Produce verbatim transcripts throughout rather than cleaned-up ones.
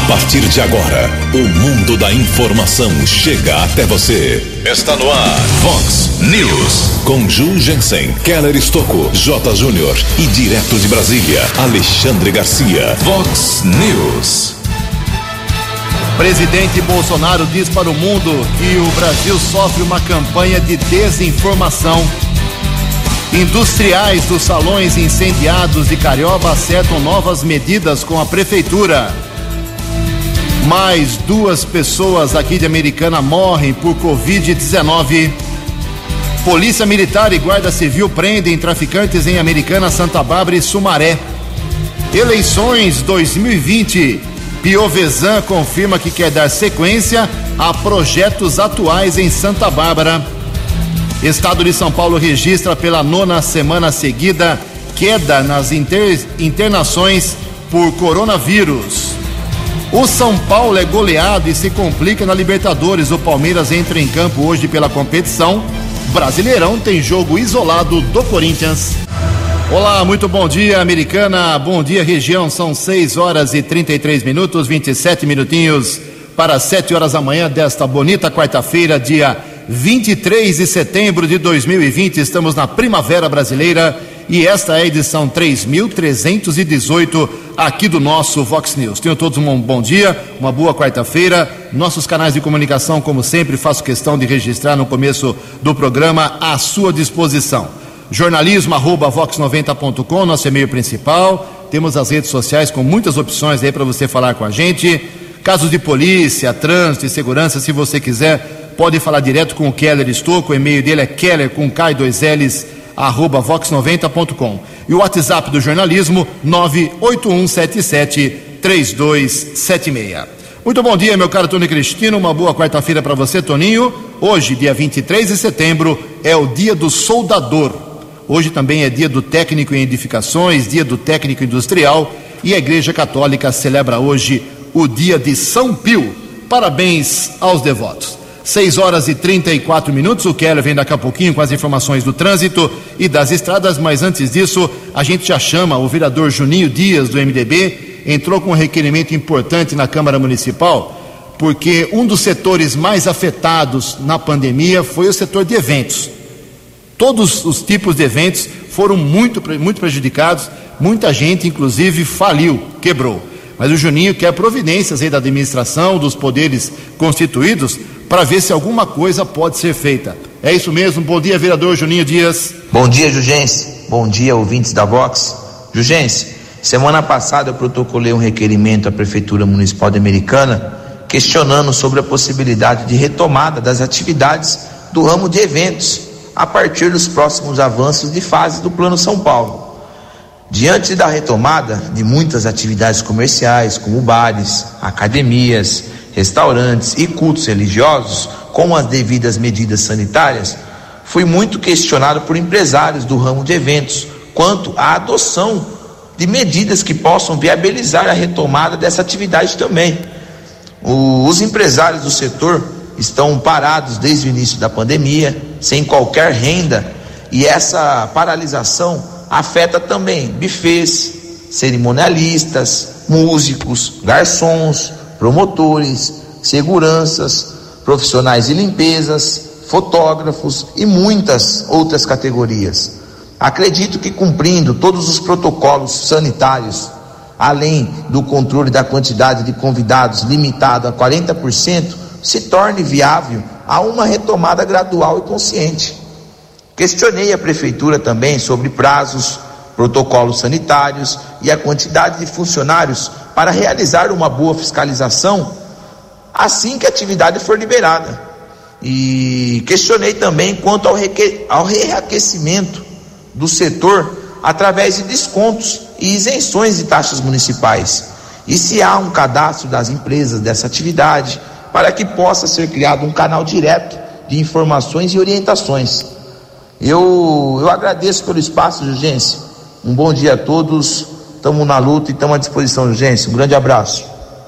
partir de agora, o mundo da informação chega até você. Está no ar, Vox News. Com Ju Jensen, Keller Estocco, J. Júnior e direto de Brasília, Alexandre Garcia. Vox News. Presidente Bolsonaro diz para o mundo que o Brasil sofre uma campanha de desinformação. Industriais dos salões incendiados de Carioba acertam novas medidas com a prefeitura. Mais duas pessoas aqui de Americana morrem por covid dezenove. Polícia Militar e Guarda Civil prendem traficantes em Americana, Santa Bárbara e Sumaré. Eleições dois mil e vinte. Piovesan confirma que quer dar sequência a projetos atuais em Santa Bárbara. Estado de São Paulo registra pela nona semana seguida queda nas inter... internações por coronavírus. O São Paulo é goleado e se complica na Libertadores. O Palmeiras entra em campo hoje pela competição. Brasileirão tem jogo isolado do Corinthians. Olá, muito bom dia, Americana. Bom dia, região. São seis horas e trinta e três minutos, vinte e sete minutinhos para sete horas da manhã desta bonita quarta-feira, dia vinte e três de setembro de dois mil e vinte. Estamos na Primavera Brasileira e esta é a edição três mil trezentos e dezoito aqui do nosso Vox News. Tenham todos um bom dia, uma boa quarta-feira. Nossos canais de comunicação, como sempre, faço questão de registrar no começo do programa à sua disposição. Jornalismo arroba vox noventa ponto com, nosso e-mail principal. Temos as redes sociais com muitas opções aí para você falar com a gente. Casos de polícia, trânsito e segurança, se você quiser, pode falar direto com o Keller Estocco. O e-mail dele é keller com K e dois L's, arroba vox noventa ponto com. E o WhatsApp do jornalismo, nove oito um sete sete três dois sete seis. Muito bom dia, meu caro Tony Cristino. Uma boa quarta-feira para você, Toninho. Hoje, dia vinte e três de setembro, é o dia do soldador. Hoje também é dia do técnico em edificações, dia do técnico industrial, e a Igreja Católica celebra hoje o dia de São Pio. Parabéns aos devotos. seis horas e trinta e quatro minutos, o Keller vem daqui a pouquinho com as informações do trânsito e das estradas, mas antes disso, a gente já chama o vereador Juninho Dias, do M D B, entrou com um requerimento importante na Câmara Municipal, porque um dos setores mais afetados na pandemia foi o setor de eventos. Todos os tipos de eventos foram muito, muito prejudicados, muita gente, inclusive, faliu, quebrou. Mas o Juninho quer providências aí da administração, dos poderes constituídos, para ver se alguma coisa pode ser feita. É isso mesmo. Bom dia, vereador Juninho Dias. Bom dia, Jugense. Bom dia, ouvintes da Vox. Jugense, semana passada eu protocolei um requerimento à Prefeitura Municipal de Americana questionando sobre a possibilidade de retomada das atividades do ramo de eventos a partir dos próximos avanços de fase do Plano São Paulo. Diante da retomada de muitas atividades comerciais, como bares, academias, restaurantes e cultos religiosos, com as devidas medidas sanitárias, fui muito questionado por empresários do ramo de eventos quanto à adoção de medidas que possam viabilizar a retomada dessa atividade também. O, os empresários do setor estão parados desde o início da pandemia, sem qualquer renda, e essa paralisação afeta também bufês, cerimonialistas, músicos, garçons, promotores, seguranças, profissionais de limpezas, fotógrafos e muitas outras categorias. Acredito que cumprindo todos os protocolos sanitários, além do controle da quantidade de convidados limitado a quarenta por cento, se torne viável a uma retomada gradual e consciente. Questionei a Prefeitura também sobre prazos, protocolos sanitários e a quantidade de funcionários para realizar uma boa fiscalização assim que a atividade for liberada. E questionei também quanto ao, reque... ao reaquecimento do setor através de descontos e isenções de taxas municipais. E se há um cadastro das empresas dessa atividade para que possa ser criado um canal direto de informações e orientações. Eu, eu agradeço pelo espaço, Jurgência. Um bom dia a todos. Estamos na luta e estamos à disposição, Jurgência. Um grande abraço.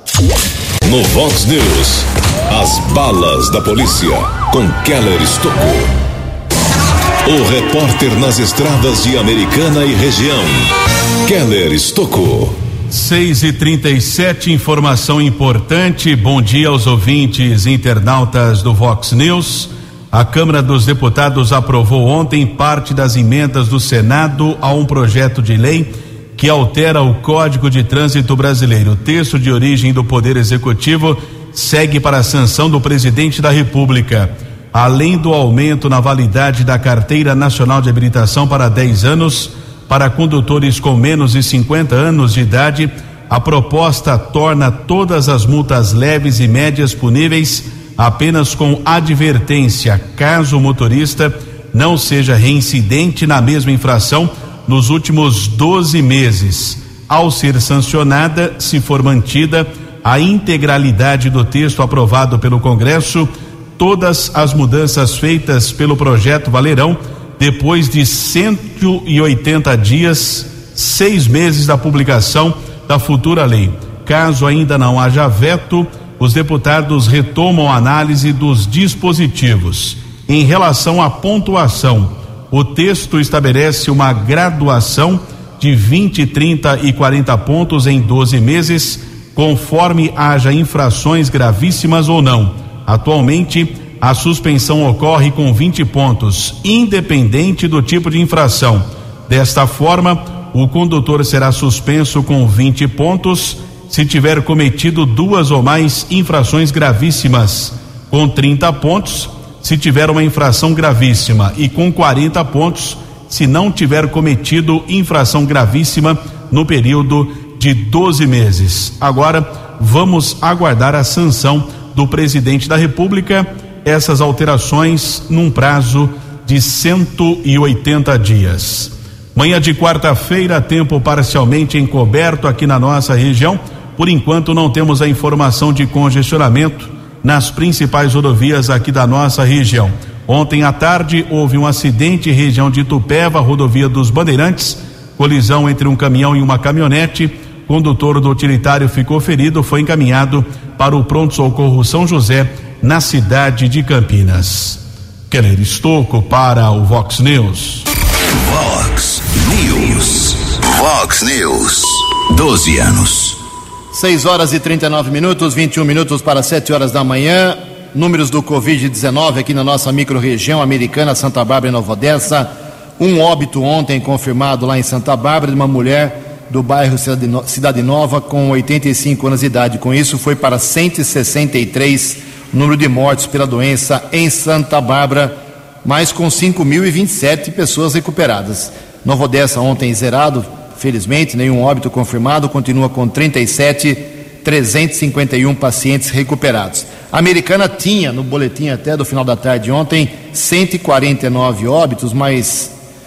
No Vox News, as balas da polícia com Keller Estocco. O repórter nas estradas de Americana e região, Keller Estocco. seis e trinta e sete, informação importante. Bom dia aos ouvintes internautas do Vox News. A Câmara dos Deputados aprovou ontem parte das emendas do Senado a um projeto de lei que altera o Código de Trânsito Brasileiro. O texto de origem do Poder Executivo segue para a sanção do Presidente da República. Além do aumento na validade da Carteira Nacional de Habilitação para dez anos, para condutores com menos de cinquenta anos de idade, a proposta torna todas as multas leves e médias puníveis apenas com advertência, caso o motorista não seja reincidente na mesma infração nos últimos doze meses. Ao ser sancionada, se for mantida a integralidade do texto aprovado pelo Congresso, todas as mudanças feitas pelo projeto valerão depois de cento e oitenta dias, seis meses da publicação da futura lei. Caso ainda não haja veto, os deputados retomam a análise dos dispositivos. Em relação à pontuação, o texto estabelece uma graduação de vinte, trinta e quarenta pontos em doze meses, conforme haja infrações gravíssimas ou não. Atualmente, a suspensão ocorre com vinte pontos, independente do tipo de infração. Desta forma, o condutor será suspenso com vinte pontos se tiver cometido duas ou mais infrações gravíssimas, com trinta pontos se tiver uma infração gravíssima e com quarenta pontos se não tiver cometido infração gravíssima no período de doze meses. Agora, vamos aguardar a sanção do Presidente da República. Essas alterações num prazo de cento e oitenta dias. Manhã de quarta-feira, tempo parcialmente encoberto aqui na nossa região. Por enquanto não temos a informação de congestionamento nas principais rodovias aqui da nossa região. Ontem à tarde houve um acidente em região de Itupeva, rodovia dos Bandeirantes, colisão entre um caminhão e uma caminhonete. Condutor do utilitário ficou ferido, foi encaminhado para o pronto-socorro São José, na cidade de Campinas. Keller Estocco para o Vox News. Vox News. Vox News. doze anos. seis horas e trinta e nove minutos, vinte e um minutos para sete horas da manhã. Números do covid dezenove aqui na nossa microrregião Americana, Santa Bárbara e Nova Odessa. Um óbito ontem confirmado lá em Santa Bárbara de uma mulher do bairro Cidade Nova com oitenta e cinco anos de idade. Com isso, foi para cento e sessenta e três o número de mortes pela doença em Santa Bárbara, mas com cinco mil e vinte e sete pessoas recuperadas. Nova Odessa ontem zerado, felizmente, nenhum óbito confirmado, continua com trinta e sete, trezentos e cinquenta e um pacientes recuperados. A Americana tinha, no boletim até do final da tarde ontem, cento e quarenta e nove óbitos, mas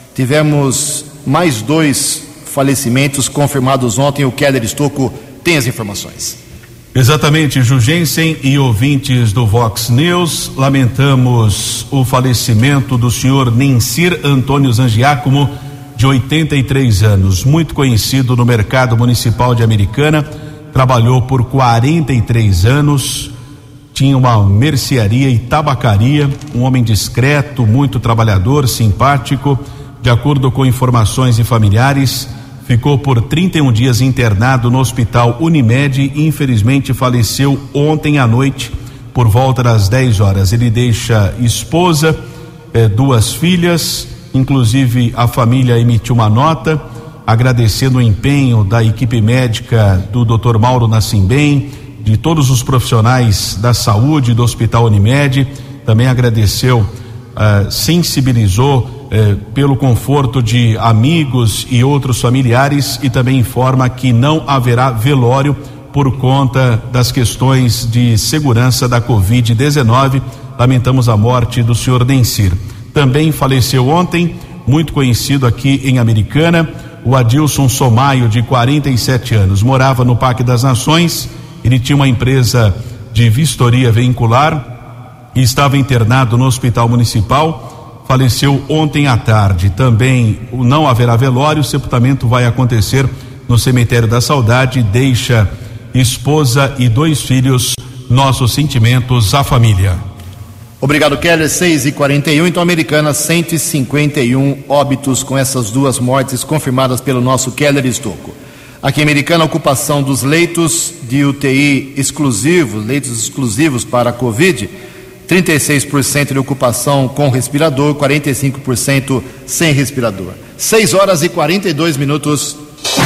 tivemos mais dois falecimentos confirmados ontem. O Keller Estocco tem as informações. Exatamente, Jugensen e ouvintes do Vox News, lamentamos o falecimento do senhor Nensir Antônio Zangiacomo, de oitenta e três anos, muito conhecido no mercado municipal de Americana, trabalhou por quarenta e três anos, tinha uma mercearia e tabacaria, um homem discreto, muito trabalhador, simpático. De acordo com informações de familiares, ficou por trinta e um dias internado no Hospital Unimed e infelizmente faleceu ontem à noite por volta das dez horas. Ele deixa esposa, eh, duas filhas, inclusive a família emitiu uma nota agradecendo o empenho da equipe médica do doutor Mauro Nassimbem, de todos os profissionais da saúde do Hospital Unimed. Também agradeceu, uh, sensibilizou Eh, pelo conforto de amigos e outros familiares, e também informa que não haverá velório por conta das questões de segurança da covid dezenove. Lamentamos a morte do senhor Nensir. Também faleceu ontem, muito conhecido aqui em Americana, o Adilson Somaio, de quarenta e sete anos, morava no Parque das Nações. Ele tinha uma empresa de vistoria veicular e estava internado no Hospital Municipal. Faleceu ontem à tarde. Também não haverá velório, o sepultamento vai acontecer no Cemitério da Saudade. Deixa esposa e dois filhos. Nossos sentimentos à família. Obrigado, Keller. seis e quarenta e um, então Americana, cento e cinquenta e um óbitos com essas duas mortes confirmadas pelo nosso Keller Estocco. Aqui em Americana, a ocupação dos leitos de U T I exclusivos, leitos exclusivos para a Covid, trinta e seis por cento de ocupação com respirador, quarenta e cinco por cento sem respirador. seis horas e quarenta e dois minutos.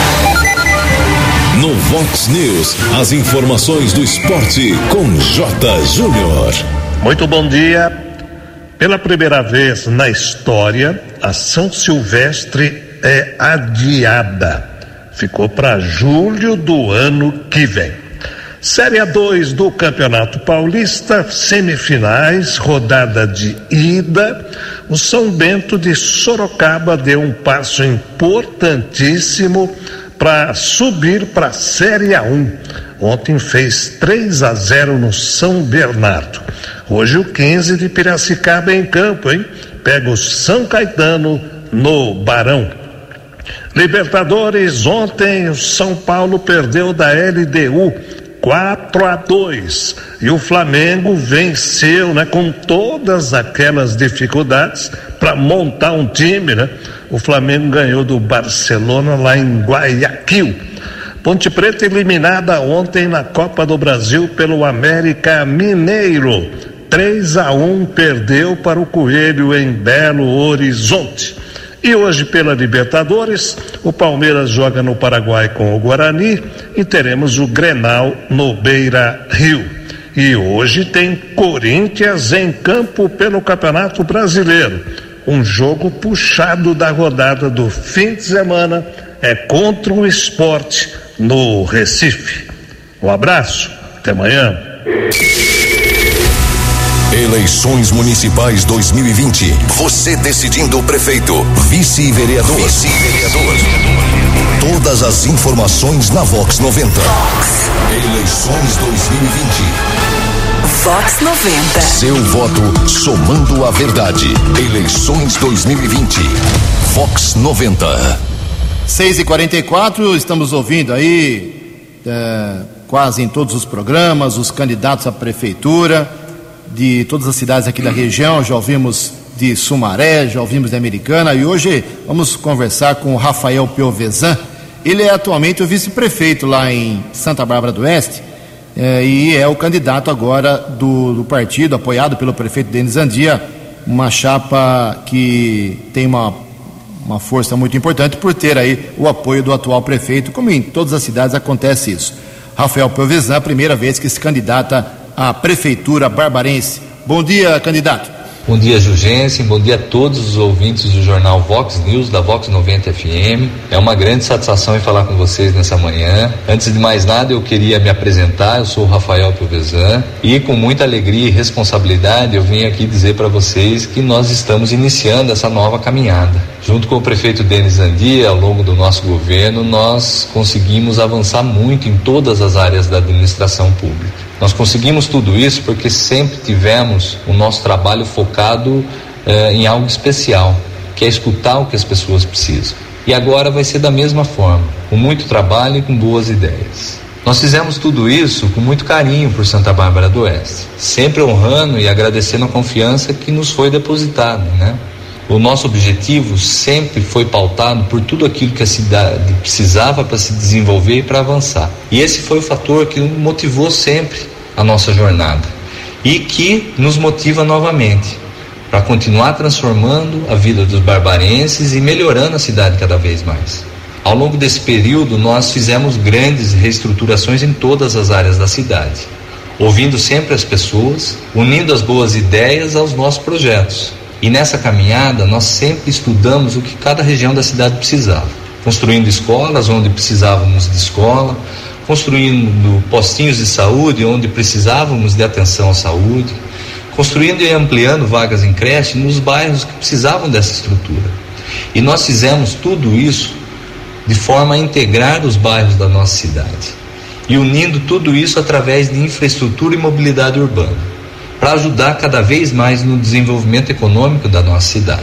No Vox News, as informações do esporte com J. Júnior. Muito bom dia. Pela primeira vez na história, a São Silvestre é adiada. Ficou para julho do ano que vem. Série A dois do Campeonato Paulista, semifinais, rodada de ida. O São Bento de Sorocaba deu um passo importantíssimo para subir para a Série A um. Ontem fez três a zero no São Bernardo. Hoje o quinze de Piracicaba em campo, hein? Pega o São Caetano no Barão. Libertadores, ontem o São Paulo perdeu da L D U quatro a dois e o Flamengo venceu, né, com todas aquelas dificuldades para montar um time, né? O Flamengo ganhou do Barcelona lá em Guayaquil. Ponte Preta eliminada ontem na Copa do Brasil pelo América Mineiro, três a um perdeu para o Coelho em Belo Horizonte. E hoje pela Libertadores, o Palmeiras joga no Paraguai com o Guarani e teremos o Grenal no Beira-Rio. E hoje tem Corinthians em campo pelo Campeonato Brasileiro. Um jogo puxado da rodada do fim de semana é contra o Sport no Recife. Um abraço, até amanhã. Eleições Municipais dois mil e vinte. Você decidindo o prefeito, vice-vereador. Vice-vereador. Todas as informações na Vox noventa. Eleições dois mil e vinte. Vox noventa. Seu voto somando a verdade. Eleições dois mil e vinte. Vox noventa. seis e quarenta e quatro, estamos ouvindo aí é, quase em todos os programas os candidatos à prefeitura de todas as cidades aqui da região. Já ouvimos de Sumaré, já ouvimos de Americana, e hoje vamos conversar com o Rafael Piovesan. Ele é atualmente o vice-prefeito lá em Santa Bárbara do Oeste, eh, e é o candidato agora do, do partido, apoiado pelo prefeito Denis Andia, uma chapa que tem uma, uma força muito importante por ter aí o apoio do atual prefeito, como em todas as cidades acontece isso. Rafael Piovesan, a primeira vez que se candidata à Prefeitura Barbarense. Bom dia, candidato. Bom dia, Jugensen. Bom dia a todos os ouvintes do jornal Vox News, da Vox noventa F M. É uma grande satisfação em falar com vocês nessa manhã. Antes de mais nada, eu queria me apresentar. Eu sou o Rafael Piovesan e, com muita alegria e responsabilidade, eu vim aqui dizer para vocês que nós estamos iniciando essa nova caminhada. Junto com o prefeito Denis Andia, ao longo do nosso governo, nós conseguimos avançar muito em todas as áreas da administração pública. Nós conseguimos tudo isso porque sempre tivemos o nosso trabalho focado eh, em algo especial, que é escutar o que as pessoas precisam. E agora vai ser da mesma forma, com muito trabalho e com boas ideias. Nós fizemos tudo isso com muito carinho por Santa Bárbara do Oeste, sempre honrando e agradecendo a confiança que nos foi depositada, né? O nosso objetivo sempre foi pautado por tudo aquilo que a cidade precisava para se desenvolver e para avançar. E esse foi o fator que motivou sempre a nossa jornada e que nos motiva novamente para continuar transformando a vida dos barbarenses e melhorando a cidade cada vez mais. Ao longo desse período, nós fizemos grandes reestruturações em todas as áreas da cidade, ouvindo sempre as pessoas, unindo as boas ideias aos nossos projetos. E nessa caminhada nós sempre estudamos o que cada região da cidade precisava, construindo escolas onde precisávamos de escola, construindo postinhos de saúde onde precisávamos de atenção à saúde, construindo e ampliando vagas em creche nos bairros que precisavam dessa estrutura. E nós fizemos tudo isso de forma a integrar os bairros da nossa cidade e unindo tudo isso através de infraestrutura e mobilidade urbana, para ajudar cada vez mais no desenvolvimento econômico da nossa cidade.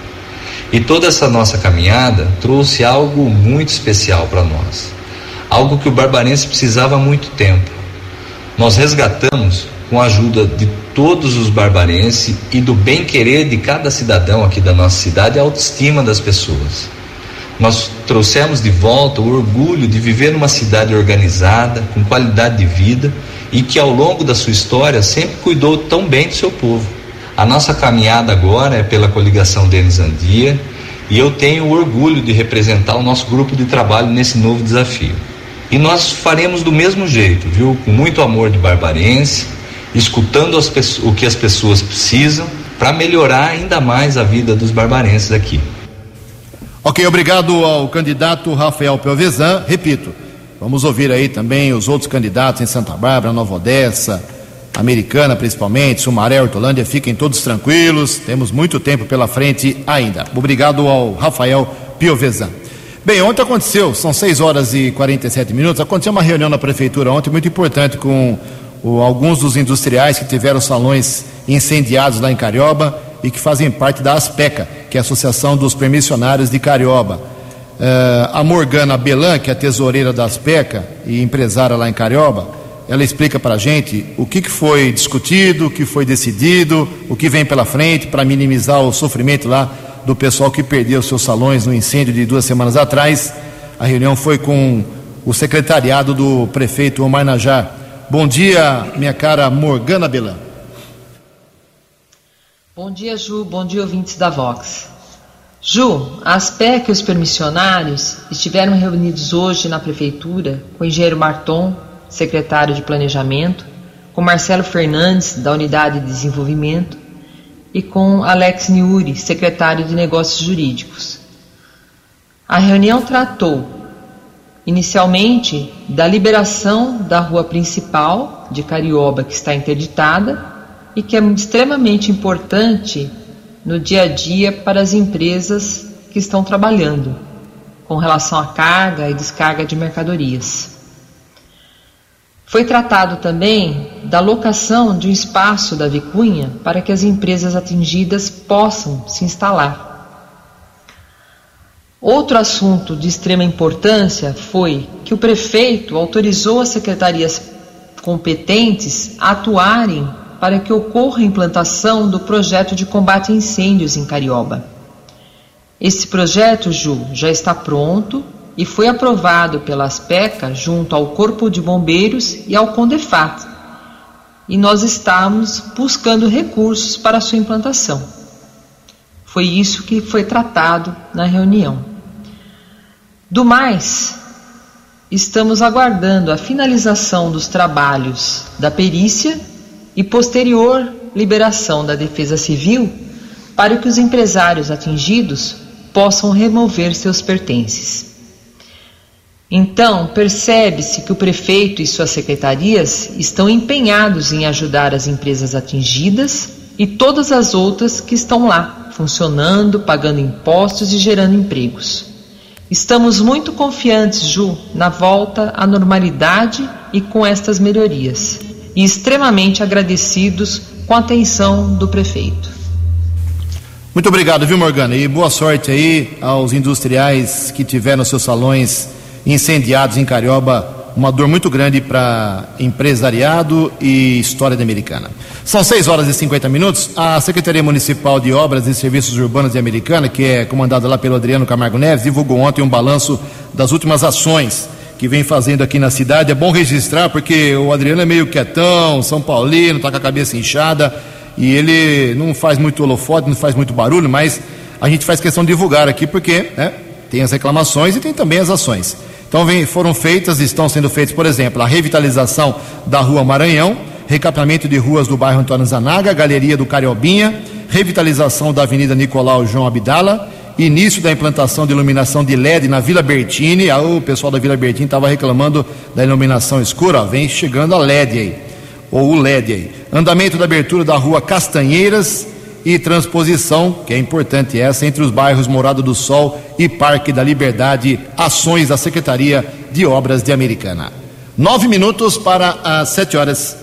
E toda essa nossa caminhada trouxe algo muito especial para nós, algo que o barbarense precisava há muito tempo. Nós resgatamos, com a ajuda de todos os barbarenses e do bem-querer de cada cidadão aqui da nossa cidade, a autoestima das pessoas. Nós trouxemos de volta o orgulho de viver numa cidade organizada, com qualidade de vida e que ao longo da sua história sempre cuidou tão bem do seu povo. A nossa caminhada agora é pela coligação Denis Andia e eu tenho o orgulho de representar o nosso grupo de trabalho nesse novo desafio. E nós faremos do mesmo jeito, viu? Com muito amor de barbarense, escutando as pessoas, o que as pessoas precisam para melhorar ainda mais a vida dos barbarenses aqui. Ok, obrigado ao candidato Rafael Piovesan. Repito, vamos ouvir aí também os outros candidatos em Santa Bárbara, Nova Odessa, Americana principalmente, Sumaré, Hortolândia. Fiquem todos tranquilos, temos muito tempo pela frente ainda. Obrigado ao Rafael Piovesan. Bem, ontem aconteceu, são seis horas e quarenta e sete minutos, aconteceu uma reunião na prefeitura ontem muito importante com o, alguns dos industriais que tiveram salões incendiados lá em Carioba e que fazem parte da ASPECA, que é a Associação dos Permissionários de Carioba. Uh, a Morgana Belan, que é a tesoureira da ASPECA e empresária lá em Carioba, ela explica para a gente o que, que foi discutido, o que foi decidido, o que vem pela frente para minimizar o sofrimento lá do pessoal que perdeu seus salões no incêndio de duas semanas atrás. A reunião foi com o secretariado do prefeito Omar Najar. Bom dia, minha cara Morgana Belan. Bom dia, Ju. Bom dia, ouvintes da Vox. Ju, a ASPEC e os permissionários estiveram reunidos hoje na prefeitura com o engenheiro Marton, secretário de Planejamento, com Marcelo Fernandes, da Unidade de Desenvolvimento, e com Alex Niuri, secretário de Negócios Jurídicos. A reunião tratou, inicialmente, da liberação da rua principal de Carioba, que está interditada e que é extremamente importante no dia a dia para as empresas que estão trabalhando, com relação à carga e descarga de mercadorias. Foi tratado também da locação de um espaço da Vicunha para que as empresas atingidas possam se instalar. Outro assunto de extrema importância foi que o prefeito autorizou as secretarias competentes a atuarem para que ocorra a implantação do projeto de combate a incêndios em Carioba. Esse projeto, Ju, já está pronto e foi aprovado pela ASPECA junto ao Corpo de Bombeiros e ao CONDEFAT. E nós estamos buscando recursos para a sua implantação. Foi isso que foi tratado na reunião. Do mais, estamos aguardando a finalização dos trabalhos da perícia e posterior liberação da Defesa Civil para que os empresários atingidos possam remover seus pertences. Então, percebe-se que o prefeito e suas secretarias estão empenhados em ajudar as empresas atingidas e todas as outras que estão lá, funcionando, pagando impostos e gerando empregos. Estamos muito confiantes, Ju, na volta à normalidade e com estas melhorias, e extremamente agradecidos com a atenção do prefeito. Muito obrigado, viu, Morgana? E boa sorte aí aos industriais que tiveram seus salões incendiados em Carioba, uma dor muito grande para empresariado e história da Americana. São seis horas e cinquenta minutos. A Secretaria Municipal de Obras e Serviços Urbanos de Americana, que é comandada lá pelo Adriano Camargo Neves, divulgou ontem um balanço das últimas ações que vem fazendo aqui na cidade. É bom registrar porque o Adriano é meio quietão, São Paulino, está com a cabeça inchada e ele não faz muito holofote, não faz muito barulho, mas a gente faz questão de divulgar aqui porque, né, tem as reclamações e tem também as ações. Então vem, foram feitas, estão sendo feitas, por exemplo, a revitalização da Rua Maranhão, recapeamento de ruas do bairro Antônio Zanaga, Galeria do Cariobinha, revitalização da Avenida Nicolau João Abdala, início da implantação de iluminação de L E D na Vila Bertini. Ah, o pessoal da Vila Bertini estava reclamando da iluminação escura, ó, vem chegando a L E D aí, ou o L E D aí. Andamento da abertura da Rua Castanheiras e transposição, que é importante essa, entre os bairros Morada do Sol e Parque da Liberdade, ações da Secretaria de Obras de Americana. Nove minutos para as sete horas.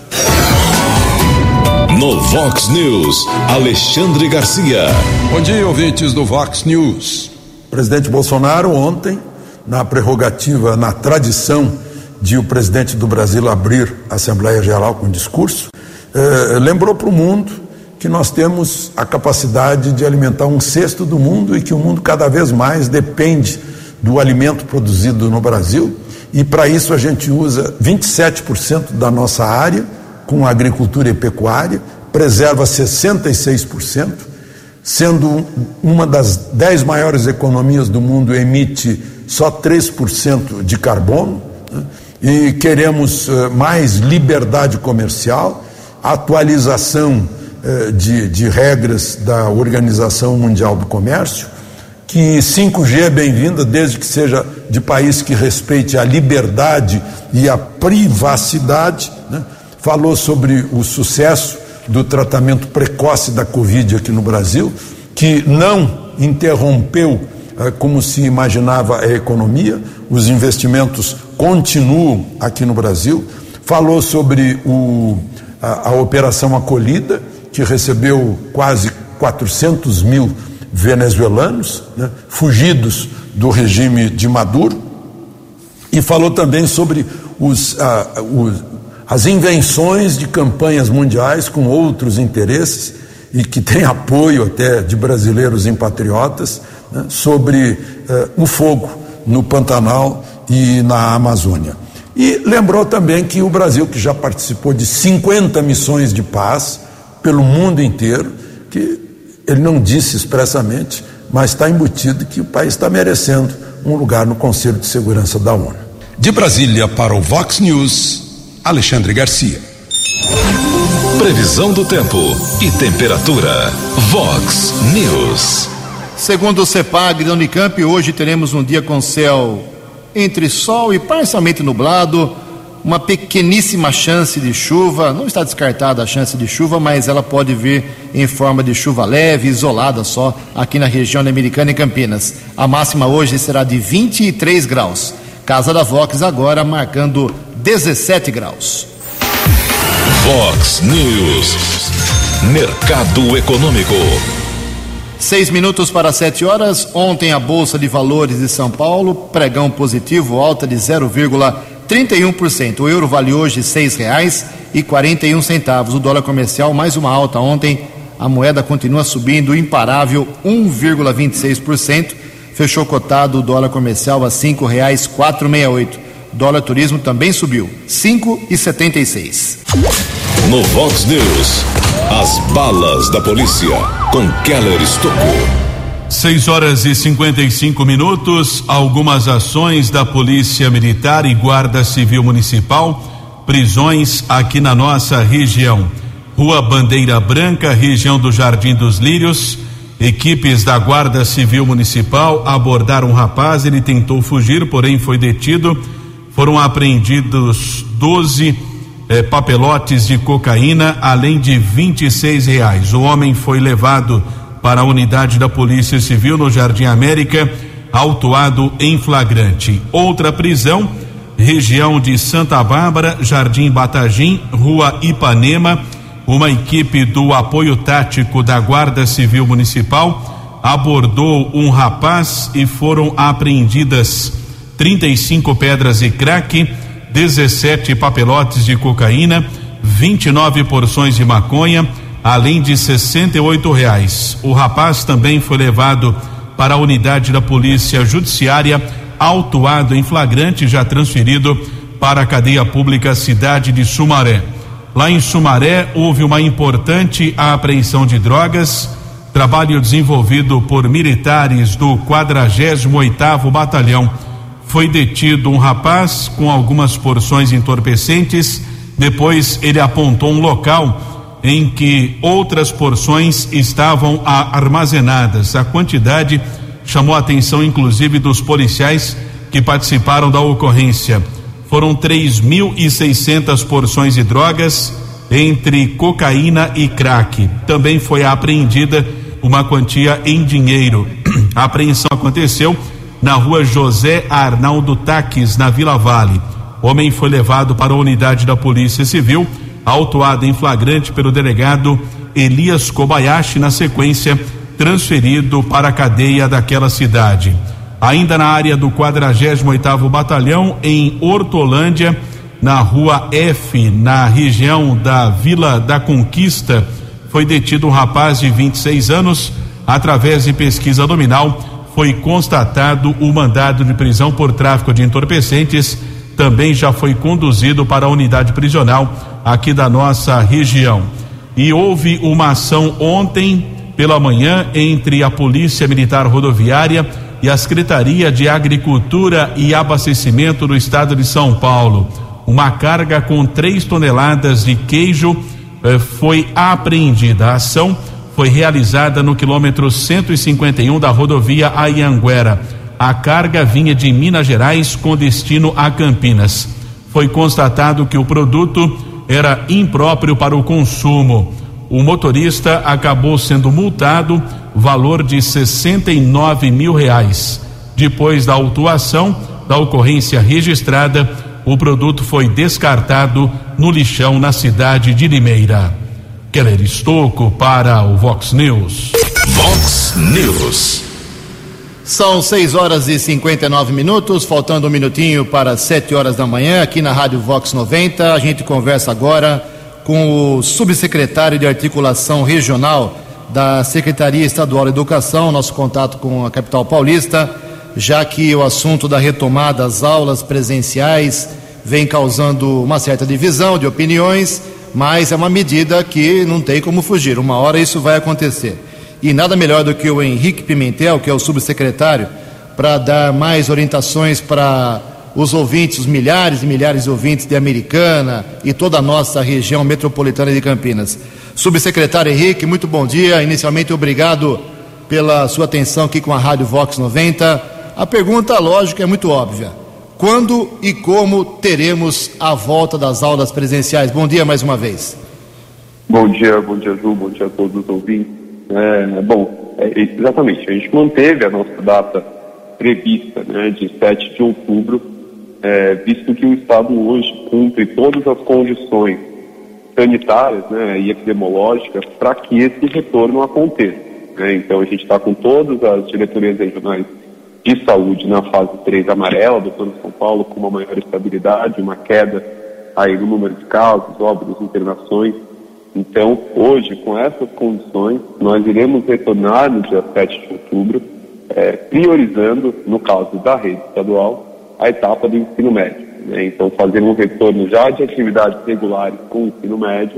No Vox News, Alexandre Garcia. Bom dia, ouvintes do Vox News. O presidente Bolsonaro ontem, na prerrogativa, na tradição de o presidente do Brasil abrir a Assembleia Geral com discurso, eh, lembrou para o mundo que nós temos a capacidade de alimentar um sexto do mundo e que o mundo cada vez mais depende do alimento produzido no Brasil, e para isso a gente usa vinte e sete por cento da nossa área com agricultura e pecuária, preserva sessenta e seis por cento, sendo uma das dez maiores economias do mundo, emite só três por cento de carbono, né? E queremos uh, mais liberdade comercial, atualização uh, de, de regras da Organização Mundial do Comércio, que cinco G é bem-vinda desde que seja de país que respeite a liberdade e a privacidade, né? Falou sobre o sucesso do tratamento precoce da Covid aqui no Brasil, que não interrompeu uh, como se imaginava a economia, os investimentos continuam aqui no Brasil. Falou sobre o, a, a Operação Acolhida, que recebeu quase quatrocentos mil venezuelanos, né, fugidos do regime de Maduro, e falou também sobre os, a, os, as invenções de campanhas mundiais com outros interesses e que tem apoio até de brasileiros em patriotas, né, sobre uh, o fogo no Pantanal e na Amazônia. E lembrou também que o Brasil, que já participou de cinquenta missões de paz pelo mundo inteiro, que ele não disse expressamente, mas está embutido que o país está merecendo um lugar no Conselho de Segurança da ONU. De Brasília para o Vox News, Alexandre Garcia. Previsão do tempo e temperatura. Vox News. Segundo o CEPAG da Unicamp, hoje teremos um dia com céu entre sol e parcialmente nublado, uma pequeníssima chance de chuva. Não está descartada a chance de chuva, mas ela pode vir em forma de chuva leve, isolada só, aqui na região da Americana e Campinas. A máxima hoje será de vinte e três graus. Casa da Vox agora marcando dezessete graus. Vox News. Mercado Econômico. Seis minutos para sete horas. Ontem a Bolsa de Valores de São Paulo, pregão positivo, alta de zero vírgula trinta e um por cento. O euro vale hoje seis reais e quarenta e um centavos. O dólar comercial mais uma alta ontem. A moeda continua subindo, imparável, um vírgula vinte e seis por cento. Fechou cotado o dólar comercial a cinco reais quatrocentos e sessenta e oito. Dólar turismo também subiu, cinco e setenta e seis. No Vox News, as balas da polícia com Keller Estocou. seis horas e cinquenta e cinco minutos. Algumas ações da Polícia Militar e Guarda Civil Municipal, prisões aqui na nossa região. Rua Bandeira Branca, região do Jardim dos Lírios. Equipes da Guarda Civil Municipal abordaram um rapaz, ele tentou fugir, porém foi detido. Foram apreendidos doze eh, papelotes de cocaína, além de vinte e seis reais. O homem foi levado para a unidade da Polícia Civil no Jardim América, autuado em flagrante. Outra prisão, região de Santa Bárbara, Jardim Batagim, Rua Ipanema. Uma equipe do apoio tático da Guarda Civil Municipal abordou um rapaz e foram apreendidas trinta e cinco pedras de crack, dezessete papelotes de cocaína, vinte e nove porções de maconha, além de sessenta e oito reais. O rapaz também foi levado para a unidade da Polícia Judiciária, autuado em flagrante, já transferido para a cadeia pública Cidade de Sumaré. Lá em Sumaré houve uma importante apreensão de drogas, trabalho desenvolvido por militares do quadragésimo oitavo Batalhão. Foi detido um rapaz com algumas porções entorpecentes. Depois ele apontou um local em que outras porções estavam armazenadas. A quantidade chamou a atenção inclusive dos policiais que participaram da ocorrência. Foram três mil e seiscentas porções de drogas, entre cocaína e crack. Também foi apreendida uma quantia em dinheiro. A apreensão aconteceu na rua José Arnaldo Taques, na Vila Vale. O homem foi levado para a unidade da Polícia Civil, autuado em flagrante pelo delegado Elias Kobayashi, na sequência transferido para a cadeia daquela cidade. Ainda na área do quadragésimo oitavo Batalhão, em Hortolândia, na rua F, na região da Vila da Conquista, foi detido um rapaz de vinte e seis anos. Através de pesquisa nominal, foi constatado o mandado de prisão por tráfico de entorpecentes. Também já foi conduzido para a unidade prisional aqui da nossa região. E houve uma ação ontem pela manhã entre a Polícia Militar Rodoviária e a Secretaria de Agricultura e Abastecimento do Estado de São Paulo. Uma carga com três toneladas de queijo eh, foi apreendida. A ação foi realizada no quilômetro cento e cinquenta e um da rodovia Anhanguera. A carga vinha de Minas Gerais com destino a Campinas. Foi constatado que o produto era impróprio para o consumo. O motorista acabou sendo multado, valor de sessenta e nove mil reais. Depois da autuação da ocorrência registrada, o produto foi descartado no lixão na cidade de Limeira. Keller Estocco para o Vox News. Vox News. São seis horas e cinquenta e nove minutos, faltando um minutinho para sete horas da manhã, aqui na Rádio Vox noventa. A gente conversa agora com o subsecretário de Articulação Regional da Secretaria Estadual de Educação, nosso contato com a capital paulista, já que o assunto da retomada das aulas presenciais vem causando uma certa divisão de opiniões, mas é uma medida que não tem como fugir, uma hora isso vai acontecer. E nada melhor do que o Henrique Pimentel, que é o subsecretário, para dar mais orientações para os ouvintes, os milhares e milhares de ouvintes de Americana e toda a nossa região metropolitana de Campinas. Subsecretário Henrique, muito bom dia. Inicialmente, obrigado pela sua atenção aqui com a Rádio Vox noventa. A pergunta, lógico, é muito óbvia. Quando e como teremos a volta das aulas presenciais? Bom dia mais uma vez. Bom dia, bom dia, Ju, bom dia a todos os ouvintes. É, bom, é, exatamente, a gente manteve a nossa data prevista, né, de sete de outubro, é, visto que o Estado hoje cumpre todas as condições sanitárias, né, e epidemiológicas para que esse retorno aconteça, né? Então a gente está com todas as diretorias regionais de saúde na fase três amarela do Plano São Paulo, com uma maior estabilidade, uma queda aí no número de casos, óbitos, internações. Então, hoje, com essas condições, nós iremos retornar no dia sete de outubro, é, priorizando, no caso da rede estadual, a etapa do ensino médio, né? Então, fazer um retorno já de atividades regulares com o ensino médio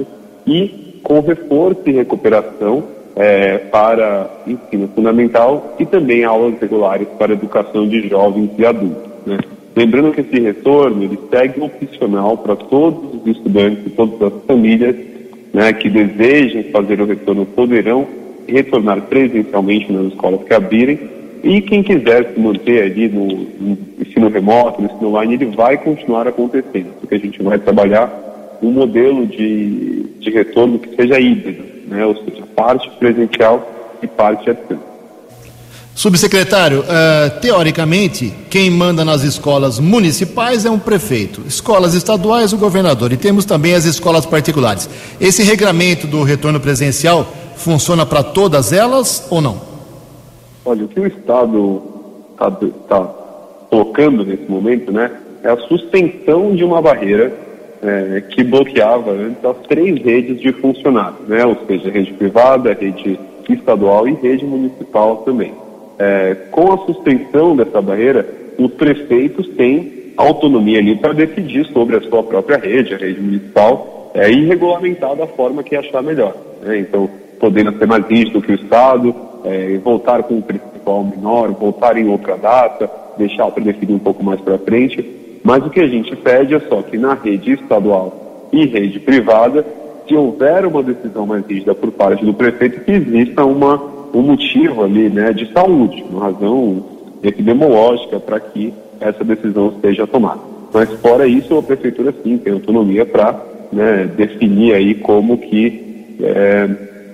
e com reforço e recuperação é, para ensino fundamental e também aulas regulares para educação de jovens e adultos, né? Lembrando que esse retorno, ele segue opcional para todos os estudantes e todas as famílias, né, que desejem fazer o retorno poderão retornar presencialmente nas escolas que abrirem, e quem quiser se manter ali no, no ensino remoto, no ensino online, ele vai continuar acontecendo, porque a gente vai trabalhar um modelo de, de retorno que seja híbrido, né, ou seja, parte presencial e parte à distância. Subsecretário, uh, teoricamente, quem manda nas escolas municipais é um prefeito, escolas estaduais o governador, e temos também as escolas particulares. Esse regramento do retorno presencial funciona para todas elas ou não? Olha, o que o Estado está tá colocando nesse momento, né, é a suspensão de uma barreira é, que bloqueava antes as três redes de funcionar, né, ou seja, rede privada, rede estadual e rede municipal também. É, com a suspensão dessa barreira, os prefeitos têm autonomia ali para decidir sobre a sua própria rede, a rede municipal, é, e regulamentar da forma que achar melhor, né? Então, podendo ser mais rígido que o Estado, é, voltar com um percentual menor, voltar em outra data, deixar para definir um pouco mais para frente. Mas o que a gente pede é só que na rede estadual e rede privada, se houver uma decisão mais rígida por parte do prefeito, que exista uma um motivo ali, né, de saúde, uma razão epidemiológica para que essa decisão seja tomada. Mas fora isso, a prefeitura sim tem autonomia para, né, definir aí como que é,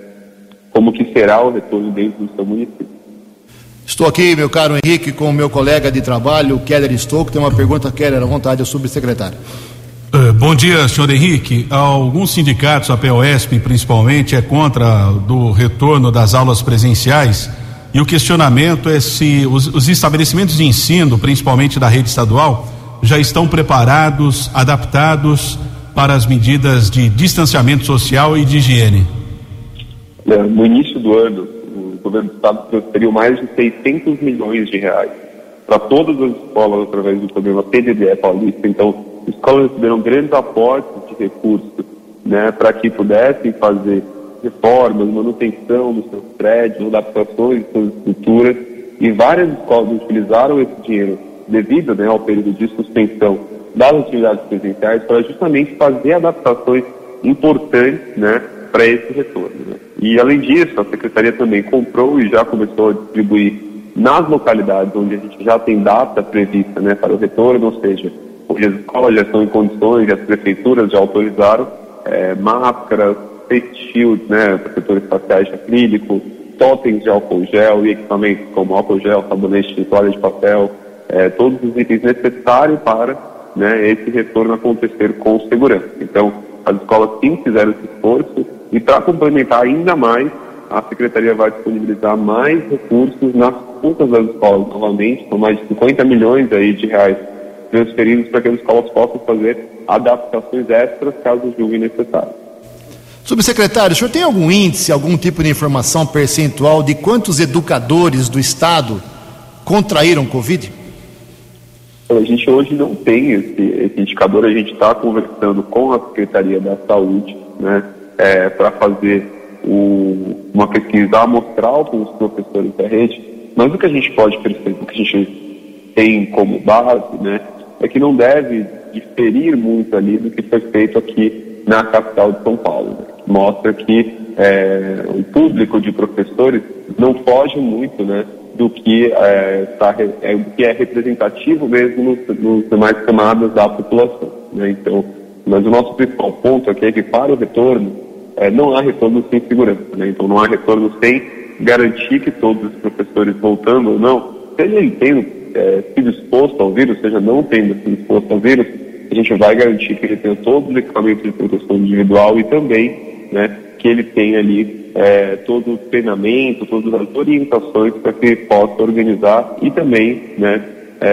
como que será o retorno dentro do seu município. Estou aqui, meu caro Henrique, com o meu colega de trabalho, Keller Estocco. Tem uma pergunta, Keller, à vontade, ao subsecretário. Uh, bom dia, senhor Henrique. Alguns sindicatos, a P O S P principalmente, é contra do retorno das aulas presenciais, e o questionamento é se os, os estabelecimentos de ensino, principalmente da rede estadual, já estão preparados, adaptados para as medidas de distanciamento social e de higiene. No início do ano, governo do estado transferiu mais de seiscentos milhões de reais para todas as escolas através do programa P D D E Paulista. Então, escolas receberam grandes aportes de recursos, né, para que pudessem fazer reformas, manutenção nos seus prédios, adaptações de suas estruturas, e várias escolas utilizaram esse dinheiro devido, né, ao período de suspensão das atividades presenciais para justamente fazer adaptações importantes, né, para esse retorno. Né? E além disso, a Secretaria também comprou e já começou a distribuir nas localidades onde a gente já tem data prevista, né, para o retorno, ou seja, onde as escolas já estão em condições e as prefeituras já autorizaram é, máscaras, face shields, né, protetores faciais de acrílico, totens de álcool gel e equipamentos como álcool gel, sabonete, toalha de papel, é, todos os itens necessários para, né, esse retorno acontecer com segurança. Então, as escolas sim fizeram esse esforço e, para complementar ainda mais, a Secretaria vai disponibilizar mais recursos nas contas das escolas novamente, com mais de cinquenta milhões aí de reais transferidos para que as escolas possam fazer adaptações extras caso julguem necessário. Subsecretário, o senhor tem algum índice, algum tipo de informação percentual de quantos educadores do Estado contraíram Covid? A gente hoje não tem esse, esse indicador, a gente está conversando com a Secretaria da Saúde, né, é, para fazer o, uma pesquisa amostral com os professores da rede, mas o que a gente pode perceber, o que a gente tem como base, né, é que não deve diferir muito ali do que foi feito aqui na capital de São Paulo, né? Mostra que é, o público de professores não foge muito, né, do que é, tá, é, do que é representativo mesmo nos, nos demais camadas da população, né? Então, mas o nosso principal ponto aqui é que para o retorno é, não há retorno sem segurança, né? Então não há retorno sem garantir que todos os professores voltando ou não, seja ele tendo é, sido exposto ao vírus, seja não tendo sido exposto ao vírus, a gente vai garantir que ele tenha todos os equipamentos de proteção individual e também, né, que ele tenha ali é, todo o treinamento, todas as orientações para que ele possa organizar e também, né,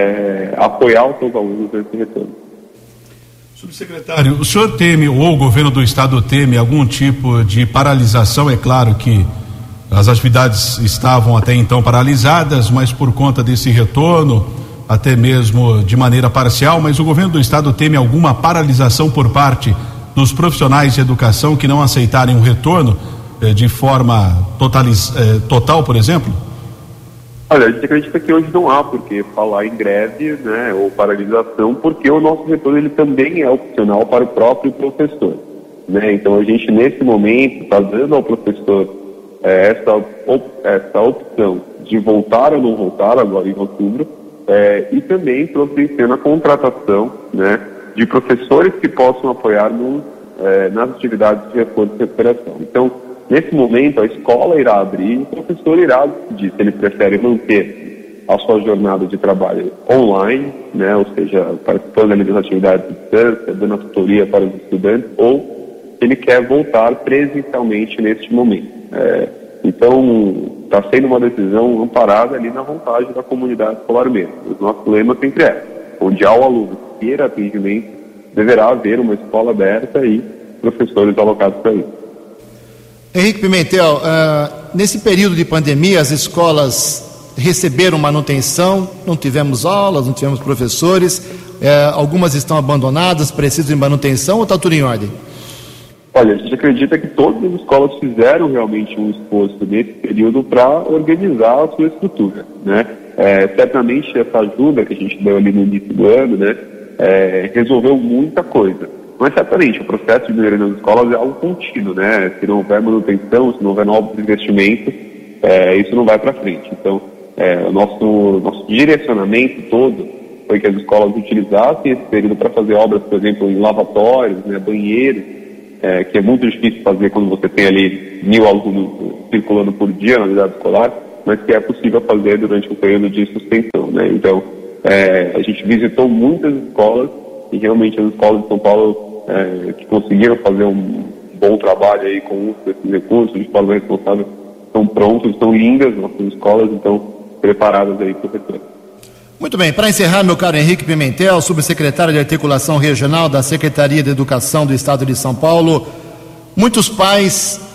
é, apoiar os seus alunos nesse retorno. Subsecretário, o senhor teme, ou o governo do estado teme, algum tipo de paralisação? É claro que as atividades estavam até então paralisadas, mas por conta desse retorno, até mesmo de maneira parcial, mas o governo do estado teme alguma paralisação por parte dos profissionais de educação que não aceitarem um retorno eh, de forma totaliz, eh, total, por exemplo? Olha, a gente acredita que hoje não há por que falar em greve, né, ou paralisação, porque o nosso retorno ele também é opcional para o próprio professor, né? Então a gente nesse momento está dando ao professor eh, essa, op, essa opção de voltar ou não voltar agora em outubro, eh, e também providenciando a contratação, né, de professores que possam apoiar no, eh, nas atividades de reforço e recuperação. Então, nesse momento, a escola irá abrir e o professor irá decidir se ele prefere manter a sua jornada de trabalho online, né, ou seja, participando ali das atividades de distância, dando a tutoria para os estudantes, ou ele quer voltar presencialmente neste momento. É, então, está sendo uma decisão amparada ali na vontade da comunidade escolar mesmo. O nosso lema sempre é, onde há o aluno que queira atendimento, deverá haver uma escola aberta e professores alocados para isso. Henrique Pimentel, uh, nesse período de pandemia, as escolas receberam manutenção, não tivemos aulas, não tivemos professores, uh, algumas estão abandonadas, precisam de manutenção, ou está tudo em ordem? Olha, a gente acredita que todas as escolas fizeram realmente um esforço nesse período para organizar a sua estrutura, né? É, certamente essa ajuda que a gente deu ali no início do ano, né, é, resolveu muita coisa. Mas certamente o processo de melhoria nas escolas é algo contínuo, né? Se não houver manutenção, se não houver novos investimentos, é, isso não vai para frente. Então, é, o nosso, nosso direcionamento todo foi que as escolas utilizassem esse período para fazer obras, por exemplo, em lavatórios, né, banheiros, é, que é muito difícil fazer quando você tem ali mil alunos circulando por dia na unidade escolar, mas que é possível fazer durante um período de suspensão, né? Então, é, a gente visitou muitas escolas e realmente as escolas de São Paulo é, que conseguiram fazer um bom trabalho aí com o uso desses recursos de forma responsável estão prontos, estão lindas nossas escolas, então preparadas aí para o retorno. Muito bem, para encerrar, meu caro Henrique Pimentel, subsecretário de Articulação Regional da Secretaria de Educação do Estado de São Paulo, muitos pais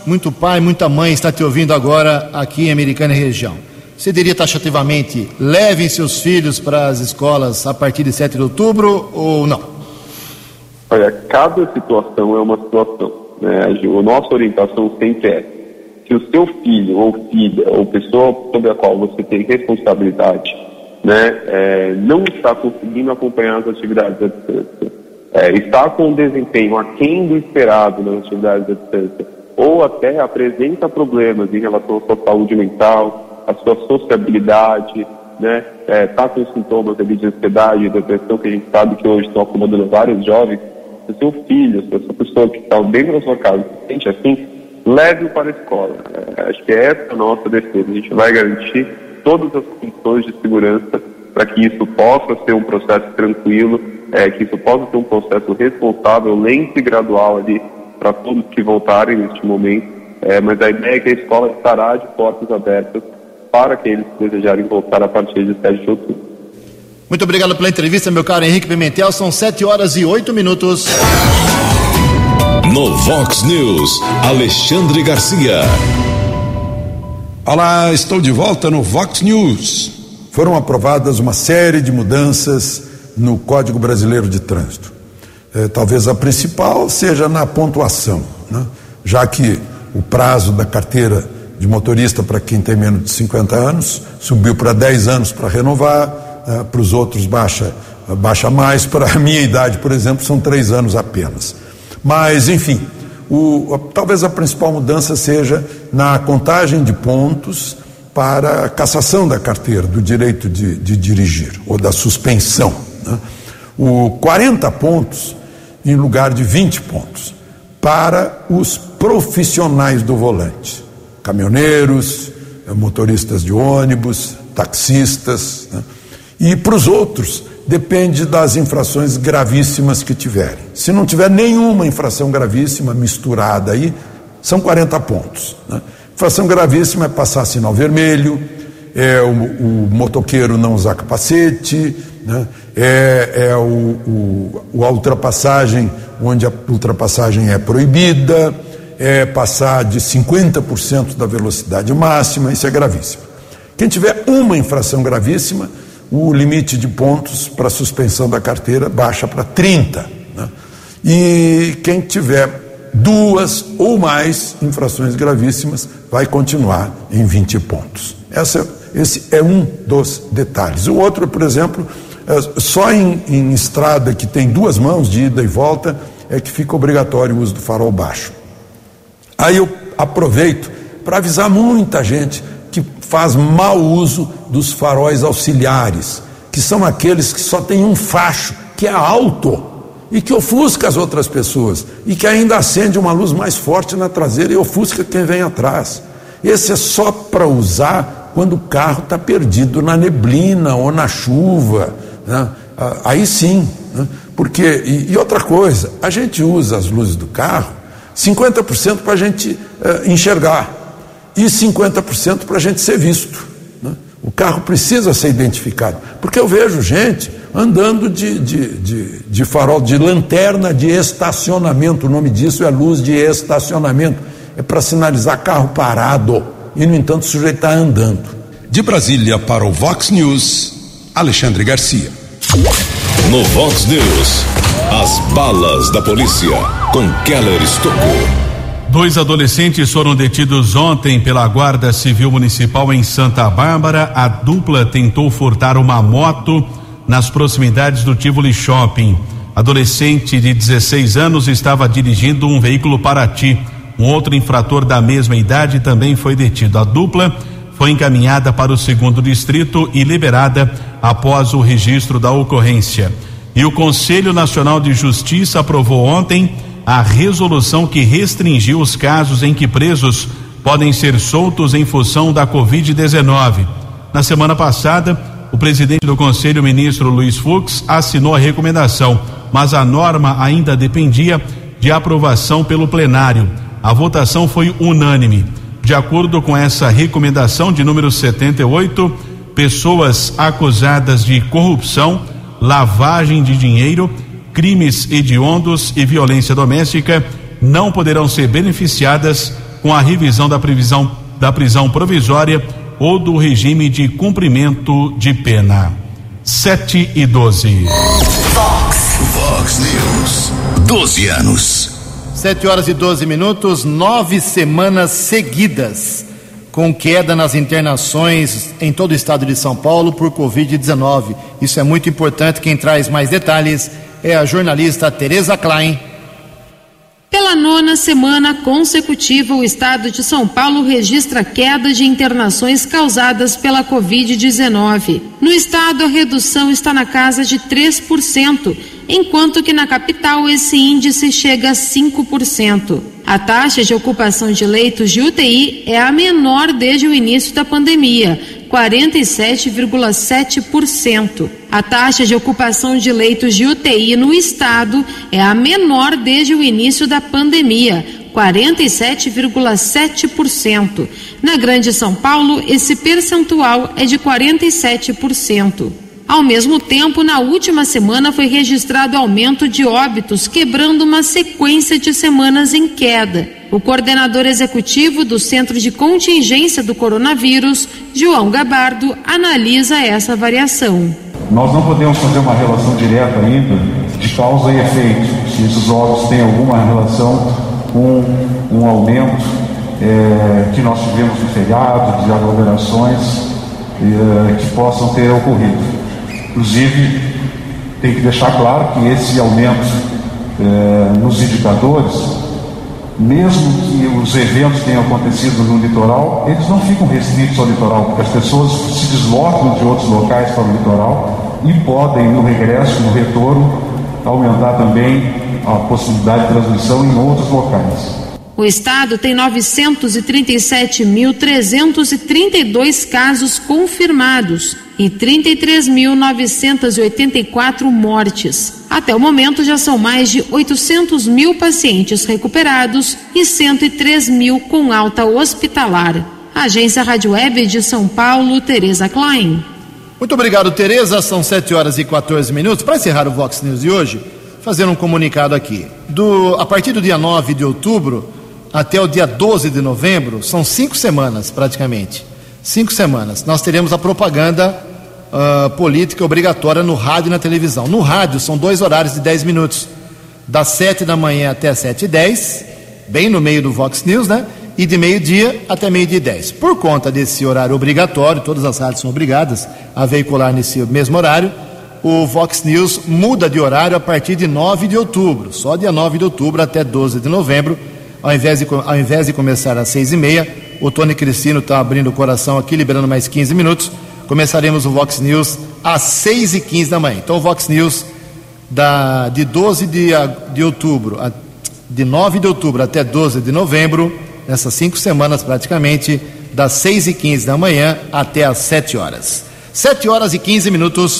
muito pai, muita mãe está te ouvindo agora aqui em Americana e região. Você diria taxativamente, levem seus filhos para as escolas a partir de sete de outubro ou não? Olha, cada situação é uma situação, né? A nossa orientação sempre é, se o seu filho ou filha ou pessoa sobre a qual você tem responsabilidade, né, é, não está conseguindo acompanhar as atividades à distância, é, está com um desempenho aquém do esperado nas atividades à distância, ou até apresenta problemas em relação à sua saúde mental, a sua sociabilidade, né, é, tá com sintomas de ansiedade, depressão, que a gente sabe que hoje estão acomodando vários jovens. Se o seu filho, se essa pessoa que está dentro da sua casa se sente assim, leve-o para a escola. É, acho que é essa a nossa defesa. A gente vai garantir todas as condições de segurança para que isso possa ser um processo tranquilo, é, que isso possa ser um processo responsável, lento e gradual ali para todos que voltarem neste momento. É, mas a ideia é que a escola estará de portas abertas para aqueles que desejarem voltar a partir de sete de outubro. Muito obrigado pela entrevista, meu caro Henrique Pimentel. São sete horas e oito minutos. No Vox News, Alexandre Garcia. Olá, estou de volta no Vox News. Foram aprovadas uma série de mudanças no Código Brasileiro de Trânsito. É, talvez a principal seja na pontuação, né? Já que o prazo da carteira de motorista para quem tem menos de cinquenta anos subiu para dez anos para renovar, uh, para os outros baixa, uh, baixa mais, para a minha idade, por exemplo, são três anos apenas. Mas, enfim, o, uh, talvez a principal mudança seja na contagem de pontos para a cassação da carteira, do direito de, de dirigir, ou da suspensão, né? O quarenta pontos em lugar de vinte pontos para os profissionais do volante. Caminhoneiros, motoristas de ônibus, taxistas, né? E para os outros depende das infrações gravíssimas que tiverem. Se não tiver nenhuma infração gravíssima misturada aí, são quarenta pontos, né? Infração gravíssima é passar sinal vermelho, é o, o motoqueiro não usar capacete, né? é, é o, o, a ultrapassagem onde a ultrapassagem é proibida, é passar de cinquenta por cento da velocidade máxima, isso é gravíssimo. Quem tiver uma infração gravíssima, o limite de pontos para suspensão da carteira baixa para trinta, né? E quem tiver duas ou mais infrações gravíssimas vai continuar em vinte pontos. Essa, esse é um dos detalhes. O outro, por exemplo, é só em, em estrada que tem duas mãos de ida e volta é que fica obrigatório o uso do farol baixo. Aí eu aproveito para avisar muita gente que faz mau uso dos faróis auxiliares, que são aqueles que só tem um facho, que é alto, e que ofusca as outras pessoas, e que ainda acende uma luz mais forte na traseira e ofusca quem vem atrás. Esse é só para usar quando o carro está perdido na neblina ou na chuva, né? Aí sim, né? Porque, e, e outra coisa, a gente usa as luzes do carro cinquenta por cento para a gente uh, enxergar e cinquenta por cento para a gente ser visto, né? O carro precisa ser identificado, porque eu vejo gente andando de, de, de, de farol, de lanterna de estacionamento. O nome disso é luz de estacionamento, é para sinalizar carro parado, e no entanto o sujeito está andando. De Brasília para o Vox News, Alexandre Garcia. No Vox News, as balas da polícia com Keller Estocou. Dois adolescentes foram detidos ontem pela Guarda Civil Municipal em Santa Bárbara. A dupla tentou furtar uma moto nas proximidades do Tivoli Shopping. Adolescente de dezesseis anos estava dirigindo um veículo Paraty. Um outro infrator da mesma idade também foi detido. A dupla foi encaminhada para o segundo distrito e liberada após o registro da ocorrência. E o Conselho Nacional de Justiça aprovou ontem a resolução que restringiu os casos em que presos podem ser soltos em função da covid dezenove. Na semana passada, o presidente do Conselho, ministro Luiz Fux, assinou a recomendação, mas a norma ainda dependia de aprovação pelo plenário. A votação foi unânime. De acordo com essa recomendação de número setenta e oito, pessoas acusadas de corrupção, lavagem de dinheiro, crimes hediondos e violência doméstica não poderão ser beneficiadas com a revisão da previsão da prisão provisória ou do regime de cumprimento de pena. Sete e doze. Vox, Vox News, doze anos. Sete horas e doze minutos, nove semanas seguidas com queda nas internações em todo o estado de São Paulo por covid dezenove. Isso é muito importante. Quem traz mais detalhes é a jornalista Tereza Klein. Pela nona semana consecutiva, o estado de São Paulo registra queda de internações causadas pela covid dezenove. No estado, a redução está na casa de três por cento, enquanto que na capital esse índice chega a cinco por cento. A taxa de ocupação de leitos de U T I é a menor desde o início da pandemia, quarenta e sete vírgula sete por cento. A taxa de ocupação de leitos de U T I no estado é a menor desde o início da pandemia, quarenta e sete vírgula sete por cento. Na Grande São Paulo, esse percentual é de quarenta e sete por cento. Ao mesmo tempo, na última semana foi registrado aumento de óbitos, quebrando uma sequência de semanas em queda. O coordenador executivo do Centro de Contingência do Coronavírus, João Gabardo, analisa essa variação. Nós não podemos fazer uma relação direta ainda de causa e efeito, se esses óbitos têm alguma relação com um aumento é, que nós tivemos no feriado, de aglomerações é, que possam ter ocorrido. Inclusive, tem que deixar claro que esse aumento é, nos indicadores, mesmo que os eventos tenham acontecido no litoral, eles não ficam restritos ao litoral, porque as pessoas se deslocam de outros locais para o litoral e podem, no regresso, no retorno, aumentar também a possibilidade de transmissão em outros locais. O estado tem novecentos e trinta e sete mil trezentos e trinta e dois casos confirmados e trinta e três mil novecentos e oitenta e quatro mortes. Até o momento já são mais de oitocentos mil pacientes recuperados e cento e três mil com alta hospitalar. Agência Rádio Web de São Paulo, Tereza Klein. Muito obrigado, Tereza. São sete horas e quatorze minutos. Para encerrar o Vox News de hoje, fazer um comunicado aqui. Do, a partir do dia nove de outubro até o dia doze de novembro, são cinco semanas praticamente. Cinco semanas. Nós teremos a propaganda uh, política obrigatória no rádio e na televisão. No rádio são dois horários de dez minutos. Das sete da manhã até as sete e dez, bem no meio do Vox News, né? E de meio-dia até meio-dia e dez. Por conta desse horário obrigatório, todas as rádios são obrigadas a veicular nesse mesmo horário, o Vox News muda de horário a partir de nove de outubro. Só dia nove de outubro até doze de novembro. Ao invés de, ao invés de começar às seis e meia, o Tony Cristino está abrindo o coração aqui, liberando mais quinze minutos. Começaremos o Vox News às seis e quinze da manhã. Então o Vox News da, de doze de, de outubro, a, de nove de outubro até doze de novembro, nessas cinco semanas praticamente, das seis e quinze da manhã até às sete horas. Sete horas e quinze minutos.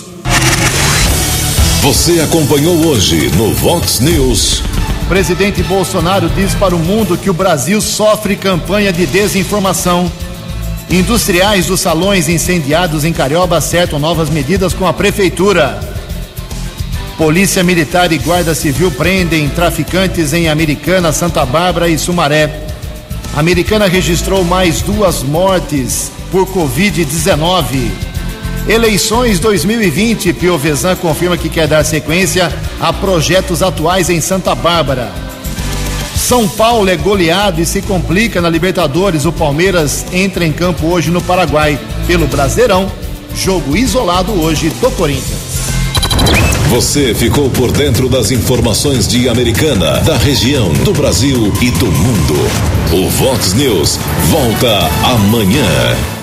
Você acompanhou hoje no Vox News. Presidente Bolsonaro diz para o mundo que o Brasil sofre campanha de desinformação. Industriais dos salões incendiados em Carioba acertam novas medidas com a prefeitura. Polícia Militar e Guarda Civil prendem traficantes em Americana, Santa Bárbara e Sumaré. A Americana registrou mais duas mortes por covid dezenove. Eleições dois mil e vinte, Piovesan confirma que quer dar sequência a projetos atuais em Santa Bárbara. São Paulo é goleado e se complica na Libertadores. O Palmeiras entra em campo hoje no Paraguai pelo Brasileirão. Jogo isolado hoje do Corinthians. Você ficou por dentro das informações de Americana, da região, do Brasil e do mundo. O Vox News volta amanhã.